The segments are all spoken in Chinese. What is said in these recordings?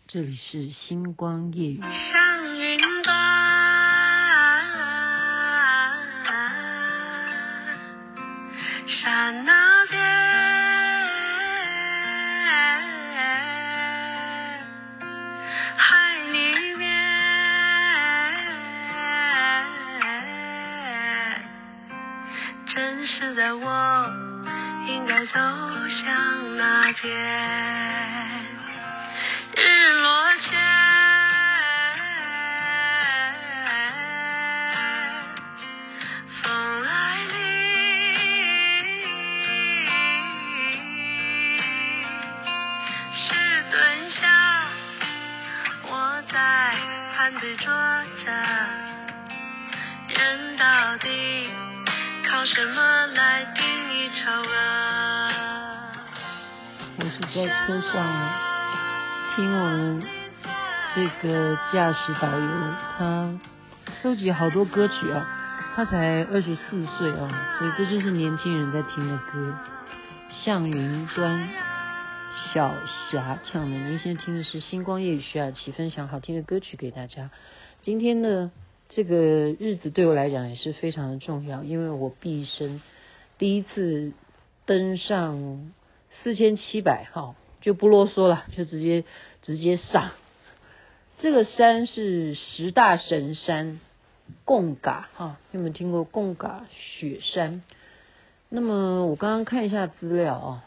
这里是星光夜语。 像云端，刹那间，海里面，真实的我应该走向那边。日落前，风来临，是蹲下，我在盘腿坐着，人到底靠什么来定义丑恶？ 我是在车上听我们这个驾驶导游，他收集好多歌曲啊，他才24岁啊，所以这就是年轻人在听的歌。向云端，小霞唱的。您现在听的是星光夜雨，徐雅琪分享好听的歌曲给大家。今天呢，这个日子对我来讲也是非常的重要，因为我毕生第一次登上4700号，就不啰嗦了，就直接上。这个山是10大神山贡嘎哈，有没有听过贡嘎雪山？那么我刚刚看一下资料，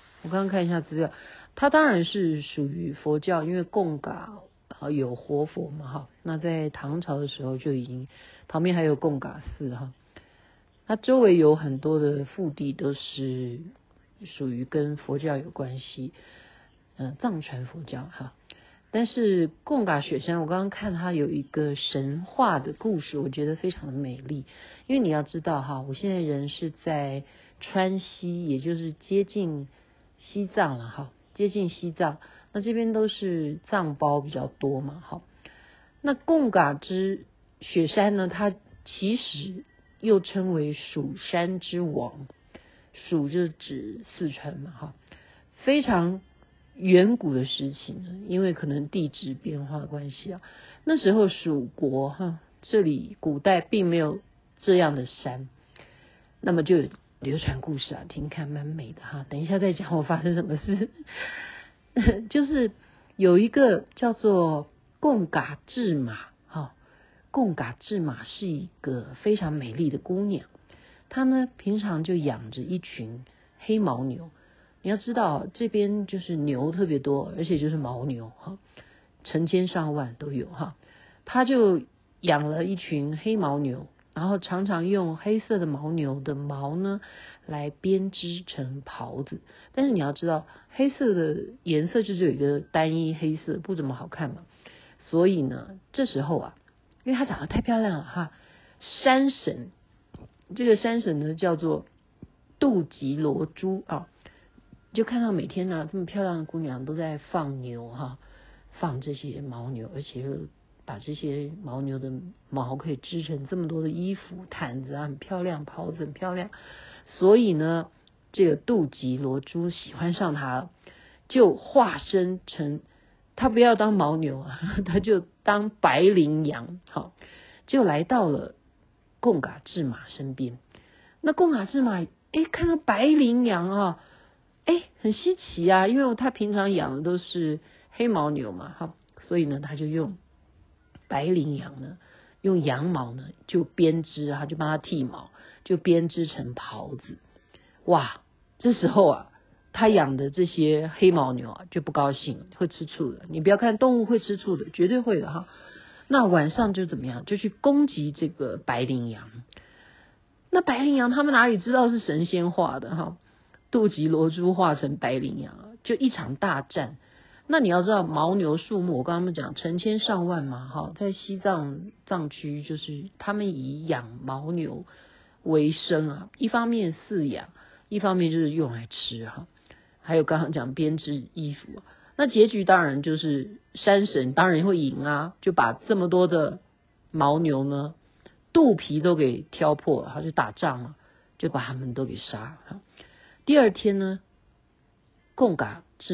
它当然是属于佛教，因为贡嘎有活佛嘛哈。那在唐朝的时候就已经旁边还有贡嘎寺哈，它周围有很多的腹地都是属于跟佛教有关系，藏传佛教哈。但是贡嘎雪山，我刚刚看它有一个神话的故事，我觉得非常的美丽。因为你要知道哈，我现在人是在川西，也就是接近西藏了哈，接近西藏。那这边都是藏胞比较多嘛哈。那贡嘎之雪山呢，它其实又称为蜀山之王，蜀就是指四川嘛哈，非常远古的时期呢，因为可能地质变化的关系啊，那时候蜀国哈，这里古代并没有这样的山，那么就有流传故事啊，听看蛮美的哈。等一下再讲我发生什么事，就是有一个叫做贡嘎智马哈，贡嘎智马是一个非常美丽的姑娘，她呢平常就养着一群黑牦牛。你要知道这边就是牛特别多，而且就是牦牛哈，成千上万都有哈。他就养了一群黑牦牛，然后常常用黑色的牦牛的毛呢来编织成袍子。但是你要知道，黑色的颜色就是有一个单一黑色，不怎么好看嘛。所以呢，这时候啊，因为它长得太漂亮了哈，山神，这个山神呢叫做杜吉罗珠啊。就看到每天呢，这么漂亮的姑娘都在放牛哈，放这些牦牛，而且把这些牦牛的毛可以织成这么多的衣服、毯子啊，很漂亮，袍子很漂亮。所以呢，这个杜吉罗珠喜欢上她，就化身成她不要当牦牛啊，她就当白羚羊，好，就来到了贡嘎智马身边。那贡嘎智马看到白羚羊啊。很稀奇啊，因为他平常养的都是黑牦牛嘛，哈，所以呢，他就用白羚羊呢，用羊毛呢就编织，就帮他剃毛，就编织成袍子。哇，这时候啊，他养的这些黑牦牛啊就不高兴，会吃醋的。你不要看动物会吃醋的，绝对会的哈。那晚上就怎么样，就去攻击这个白羚羊。那白羚羊他们哪里知道是神仙化的哈？杜吉罗珠化成白羚羊，就一场大战。那你要知道牦牛数目，我刚刚讲成千上万嘛，哈，在西藏藏区就是他们以养牦牛为生啊，一方面饲养，一方面就是用来吃哈。还有刚刚讲编织衣服，那结局当然就是山神当然会赢啊，就把这么多的牦牛呢肚皮都给挑破了，他就打仗了，就把他们都给杀了。第二天呢，贡嘎智马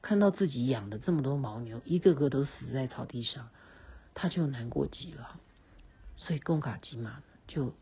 看到自己养的这么多牦牛一个个都死在草地上，他就难过极了。所以贡嘎吉玛就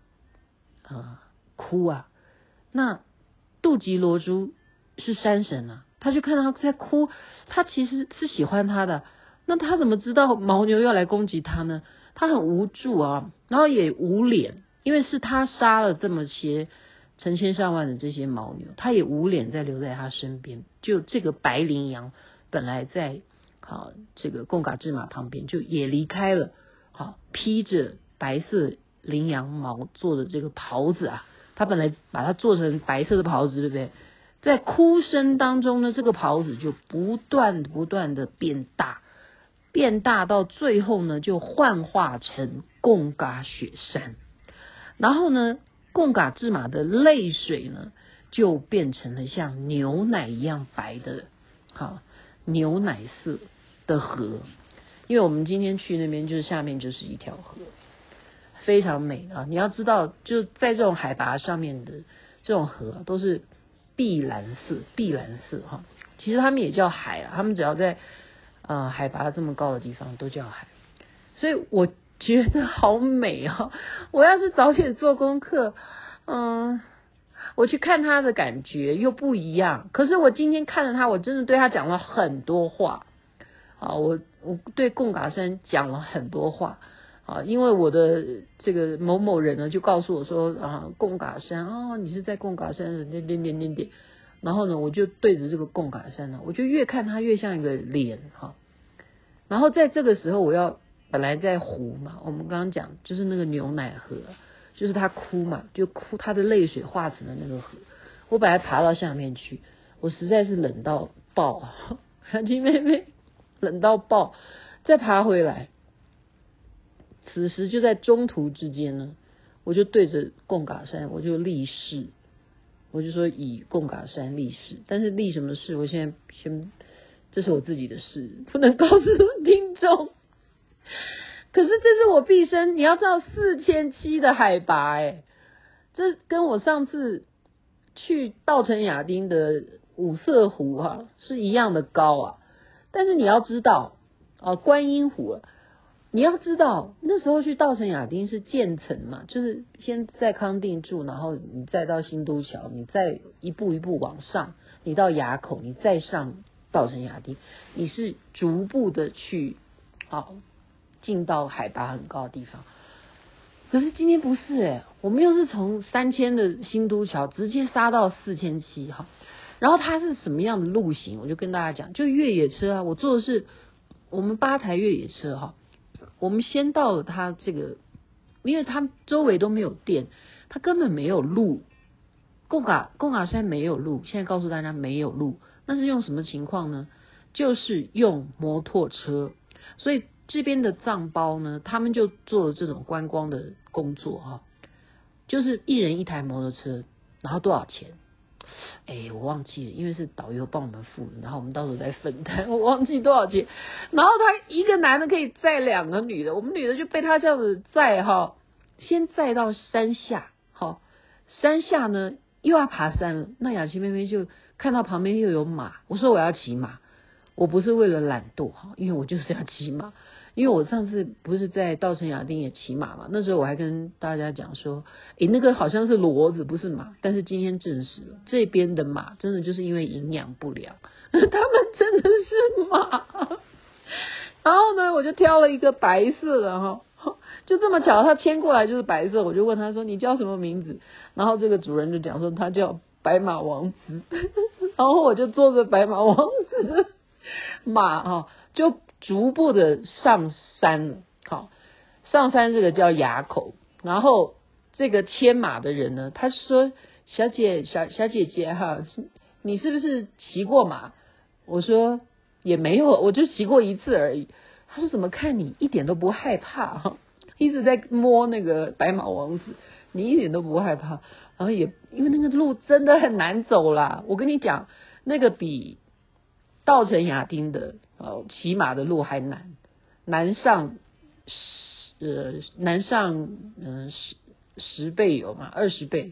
哭啊。那杜吉罗珠是山神啊，他就看到他在哭，他其实是喜欢他的，那他怎么知道牦牛要来攻击他呢？他很无助啊，然后也无脸，因为是他杀了这么些成千上万的这些牦牛，他也无脸再留在他身边。就这个白羚羊本来在这个贡嘎志玛旁边就也离开了，披着白色羚羊毛做的这个袍子啊，他本来把它做成白色的袍子，对不对？在哭声当中呢，这个袍子就不断的变大到最后呢，就幻化成贡嘎雪山。然后呢，贡嘎志玛的泪水呢，就变成了像牛奶一样白的牛奶色的河。因为我们今天去那边，就是下面就是一条河，非常美啊！你要知道，就在这种海拔上面的这种河都是碧蓝色哈。其实他们也叫海啊，他们只要在海拔这么高的地方都叫海。所以我觉得好美啊！我要是早点做功课，我去看他的感觉又不一样。可是我今天看了他，我真的对他讲了很多话啊！我对贡嘎山讲了很多话啊，因为我的这个某某人呢就告诉我说贡嘎山你是在贡嘎山的点，然后呢我就对着这个贡嘎山呢，我就越看它越像一个脸然后在这个时候本来在湖嘛，我们刚刚讲就是那个牛奶河，就是他哭嘛，就哭他的泪水化成了那个河。我本来爬到下面去，我实在是冷到爆小鸡妹妹冷到爆，再爬回来。此时就在中途之间呢，我就对着贡嘎山我就立誓，我就说以贡嘎山立誓。但是立什么誓，我现在这是我自己的事，不能告诉听众。可是这是我毕生，你要知道4700的海拔这跟我上次去稻城亚丁的五色湖是一样的高但是你要知道观音湖你要知道那时候去稻城亚丁是渐层嘛，就是先在康定住，然后你再到新都桥，你再一步一步往上，你到垭口，你再上稻城亚丁，你是逐步的去进到海拔很高的地方。可是今天不是我们又是从3000的新都桥直接杀到4700然后它是什么样的路型，我就跟大家讲，就越野车我坐的是我们8台越野车我们先到了它这个，因为它周围都没有电，它根本没有路，贡嘎山没有路，现在告诉大家没有路，那是用什么情况呢？就是用摩托车。所以这边的藏包呢，他们就做了这种观光的工作就是一人一台摩托车，然后多少钱？我忘记了，因为是导游帮我们付的，然后我们到时候再分摊，我忘记多少钱。然后他一个男的可以载2个女的，我们女的就被他这样子载先载到山下山下呢又要爬山了。那雅琪妹妹就看到旁边又有马，我说我要骑马，我不是为了懒惰因为我就是要骑马。因为我上次不是在稻城亚丁也骑马嘛，那时候我还跟大家讲说那个好像是骡子不是马，但是今天证实了，这边的马真的就是因为营养不良他们真的是马。然后呢我就挑了一个白色的就这么巧他牵过来就是白色，我就问他说你叫什么名字，然后这个主人就讲说他叫白马王子然后我就坐着白马王子的马就逐步的上山了上山这个叫垭口。然后这个牵马的人呢，他说小姐姐你是不是骑过马？我说也没有，我就骑过1次而已。他说怎么看你一点都不害怕一直在摸那个白马王子，你一点都不害怕。然后也因为那个路真的很难走啦，我跟你讲那个比稻城亚丁的骑马的路还难上10倍有嘛，20倍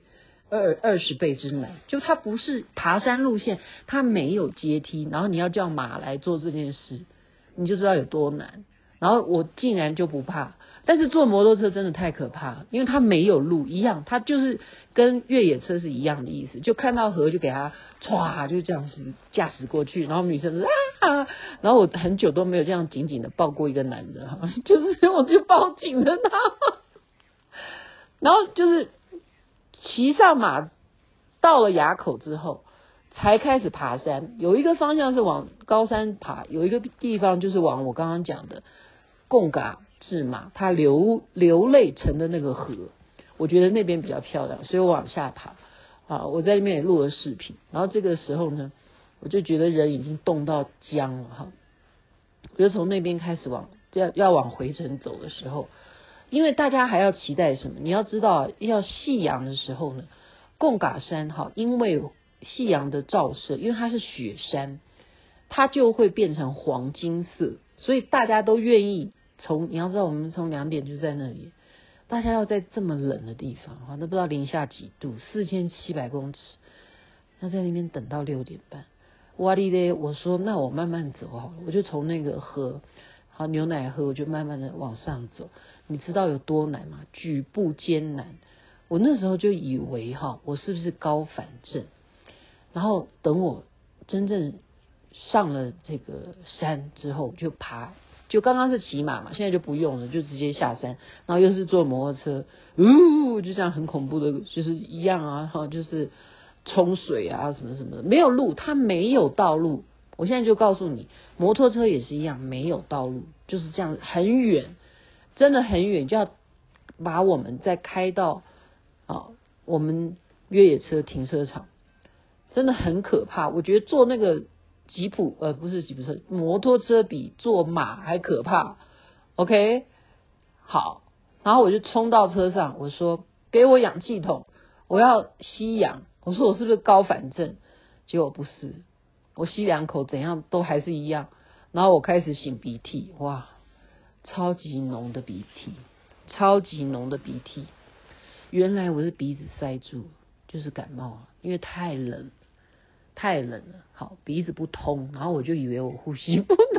20倍之难。就它不是爬山路线，它没有阶梯，然后你要叫马来做这件事，你就知道有多难。然后我竟然就不怕，但是坐摩托车真的太可怕了，因为它没有路一样，它就是跟越野车是一样的意思，就看到河就给它歘就这样子驾驶过去，然后女生啊，然后我很久都没有这样紧紧的抱过一个男的，就是我就抱紧了他，然后就是骑上马到了垭口之后才开始爬山，有一个方向是往高山爬，有一个地方就是往我刚刚讲的贡嘎至马它流泪成的那个河，我觉得那边比较漂亮，所以我往下爬啊，我在那边也录了视频。然后这个时候呢，我就觉得人已经冻到僵了哈，我就从那边开始要往回程走的时候，因为大家还要期待什么？你要知道，要夕阳的时候呢，贡嘎山哈，因为夕阳的照射，因为它是雪山，它就会变成黄金色，所以大家都愿意你要知道，我们从2点就在那里，大家要在这么冷的地方哈，都不知道零下几度，4700公尺，要在那边等到6点半。哇哩嘞！我说那我慢慢走好了，我就从那个河，好牛奶河，我就慢慢的往上走。你知道有多难吗？举步艰难。我那时候就以为我是不是高反症？然后等我真正上了这个山之后，就刚刚是骑马嘛，现在就不用了，就直接下山，然后又是坐摩托车，就这样很恐怖的，就是一样啊，就是冲水啊什么什么的，没有路，它没有道路。我现在就告诉你，摩托车也是一样，没有道路，就是这样很远，真的很远，就要把我们再开到我们越野车停车场，真的很可怕。我觉得坐那个不是吉普车，摩托车比坐马还可怕。OK， 好，然后我就冲到车上，我说给我氧气筒，我要吸氧。我说我是不是高反症？结果不是，我吸2口怎样都还是一样。然后我开始擤鼻涕，哇，超级浓的鼻涕，超级浓的鼻涕。原来我是鼻子塞住，就是感冒啊，因为太冷了，好，鼻子不通，然后我就以为我呼吸不到。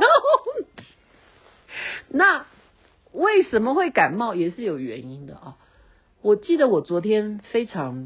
那为什么会感冒也是有原因的啊。我记得我昨天非常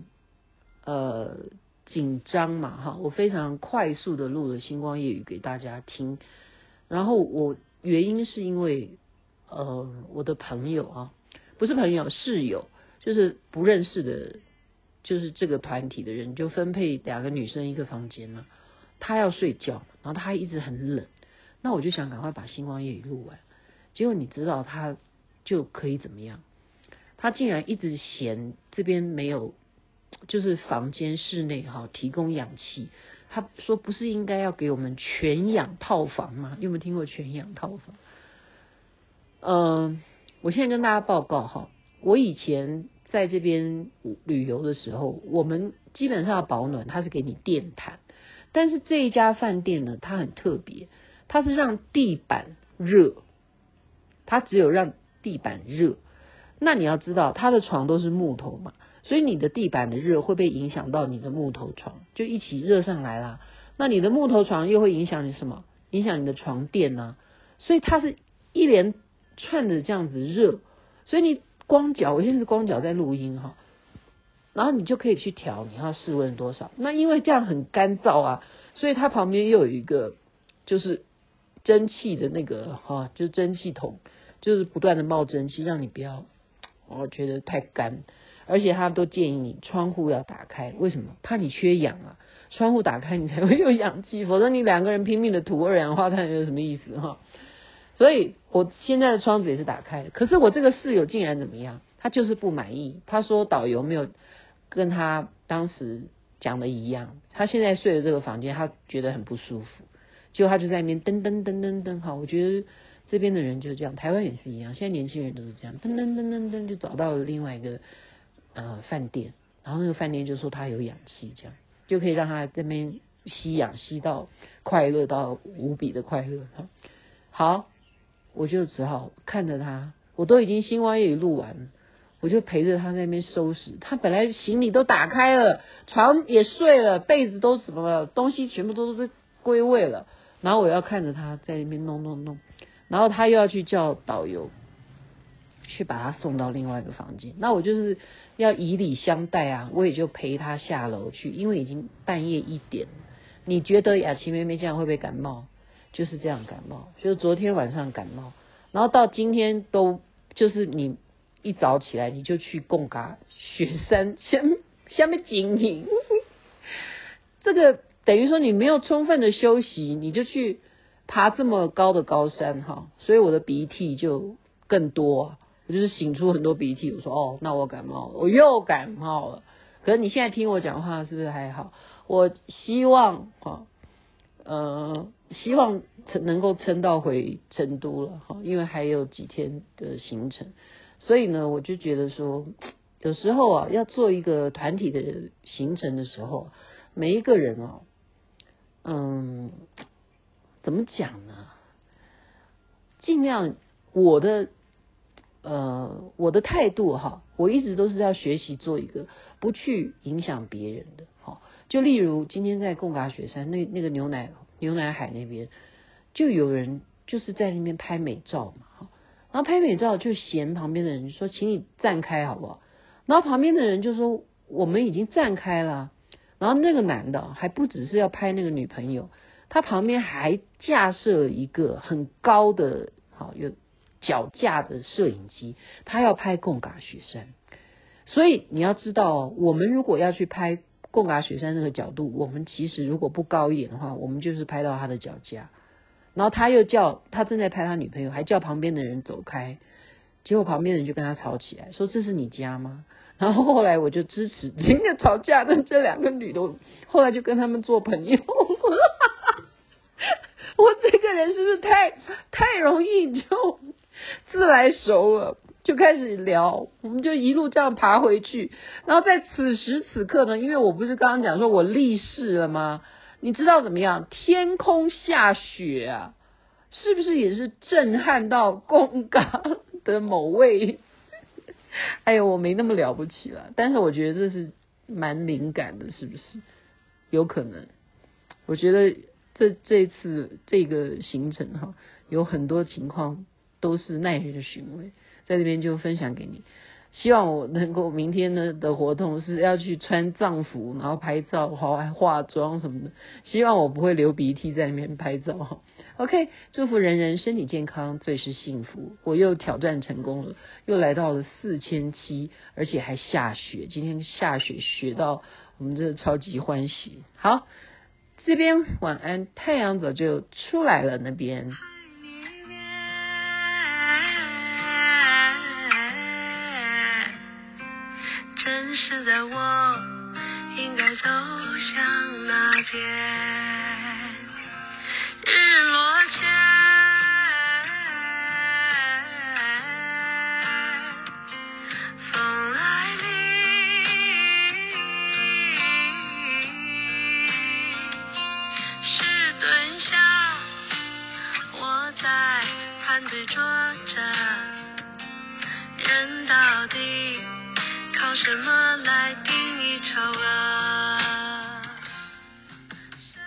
紧张嘛我非常快速的录了星光夜语给大家听，然后原因是因为我的朋友不是朋友，室友，就是不认识的，就是这个团体的人就分配2个女生一个房间了，他要睡觉，然后他一直很冷，那我就想赶快把星光夜语录完，结果你知道他就可以怎么样？他竟然一直嫌这边没有，就是房间室内提供氧气。他说不是应该要给我们全氧套房吗？有没有听过全氧套房？我现在跟大家报告我以前在这边旅游的时候，我们基本上要保暖，它是给你电毯，但是这一家饭店呢，它很特别，它是让地板热，它只有让地板热。那你要知道它的床都是木头嘛，所以你的地板的热会被影响到你的木头床，就一起热上来啦。那你的木头床又会影响你什么？影响你的床垫啊。所以它是一连串的这样子热，所以你我现在是光脚在录音然后你就可以去调你要室温多少。那因为这样很干燥啊，所以它旁边又有一个就是蒸汽的那个就是蒸汽筒，就是不断的冒蒸汽，让你不要觉得太干。而且他都建议你窗户要打开，为什么？怕你缺氧啊，窗户打开你才会有氧气，否则你2个人拼命的吐2氧化碳有什么意思所以我现在的窗子也是打开的，可是我这个室友竟然怎么样？他就是不满意，他说导游没有跟他当时讲的一样，他现在睡的这个房间他觉得很不舒服，结果他就在那边噔噔噔噔噔我觉得这边的人就是这样，台湾也是一样，现在年轻人都是这样，噔噔噔噔噔就找到了另外一个饭店，然后那个饭店就说他有氧气，这样就可以让他这边吸氧吸到快乐到无比的快乐好，我就只好看着他，我都已经星光夜语录完了， 我就陪着他在那边收拾，他本来行李都打开了，床也睡了，被子都什么了，东西全部都是归位了，然后我要看着他在那边弄，然后他又要去叫导游去把他送到另外一个房间，那我就是要以礼相待啊，我也就陪他下楼去，因为已经半夜1点了。你觉得雅琪妹妹这样会不会感冒？就是这样感冒，就是昨天晚上感冒，然后到今天都就是你一早起来你就去贡嘎雪山下面经营这个等于说你没有充分的休息，你就去爬这么高的高山哈，所以我的鼻涕就更多，我就是擤出很多鼻涕。我说哦，那我感冒了，我又感冒了。可是你现在听我讲话是不是还好？我希望希望能够撑到回成都了哈，因为还有几天的行程，所以呢，我就觉得说，有时候啊，要做一个团体的行程的时候，每一个人怎么讲呢？尽量我的态度哈，我一直都是要学习做一个不去影响别人的哈。就例如今天在贡嘎雪山那个牛奶海那边，就有人就是在那边拍美照嘛，然后拍美照就嫌旁边的人说，请你站开好不好？然后旁边的人就说我们已经站开了，然后那个男的还不只是要拍那个女朋友，他旁边还架设一个很高的有脚架的摄影机，他要拍贡嘎雪山。所以你要知道，我们如果要去拍贡嘎雪山那个角度，我们其实如果不高一点的话，我们就是拍到他的脚架。然后他正在拍他女朋友，还叫旁边的人走开，结果旁边的人就跟他吵起来，说这是你家吗？然后后来我就支持今天吵架的这两个女的，后来就跟他们做朋友。我这个人是不是太容易就自来熟了，就开始聊，我们就一路这样爬回去。然后在此时此刻呢，因为我不是刚刚讲说我立誓了吗？你知道怎么样？天空下雪啊，是不是也是震撼到贡嘎的某位？哎呦，我没那么了不起了，但是我觉得这是蛮敏感的，是不是？有可能，我觉得这次这个行程哈，有很多情况都是耐人寻味，在这边就分享给你。希望我能够明天呢的活动是要去穿藏服，然后拍照，还化妆什么的。希望我不会流鼻涕在那边拍照。OK， 祝福人人身体健康，最是幸福。我又挑战成功了，又来到了4700，而且还下雪。今天下雪，雪到我们这超级欢喜。好，这边晚安，太阳早就出来了那边。 真实的我应该走向哪边？日落前，风来临，是蹲下，我在盘腿坐着，人到底靠什么来定义丑恶？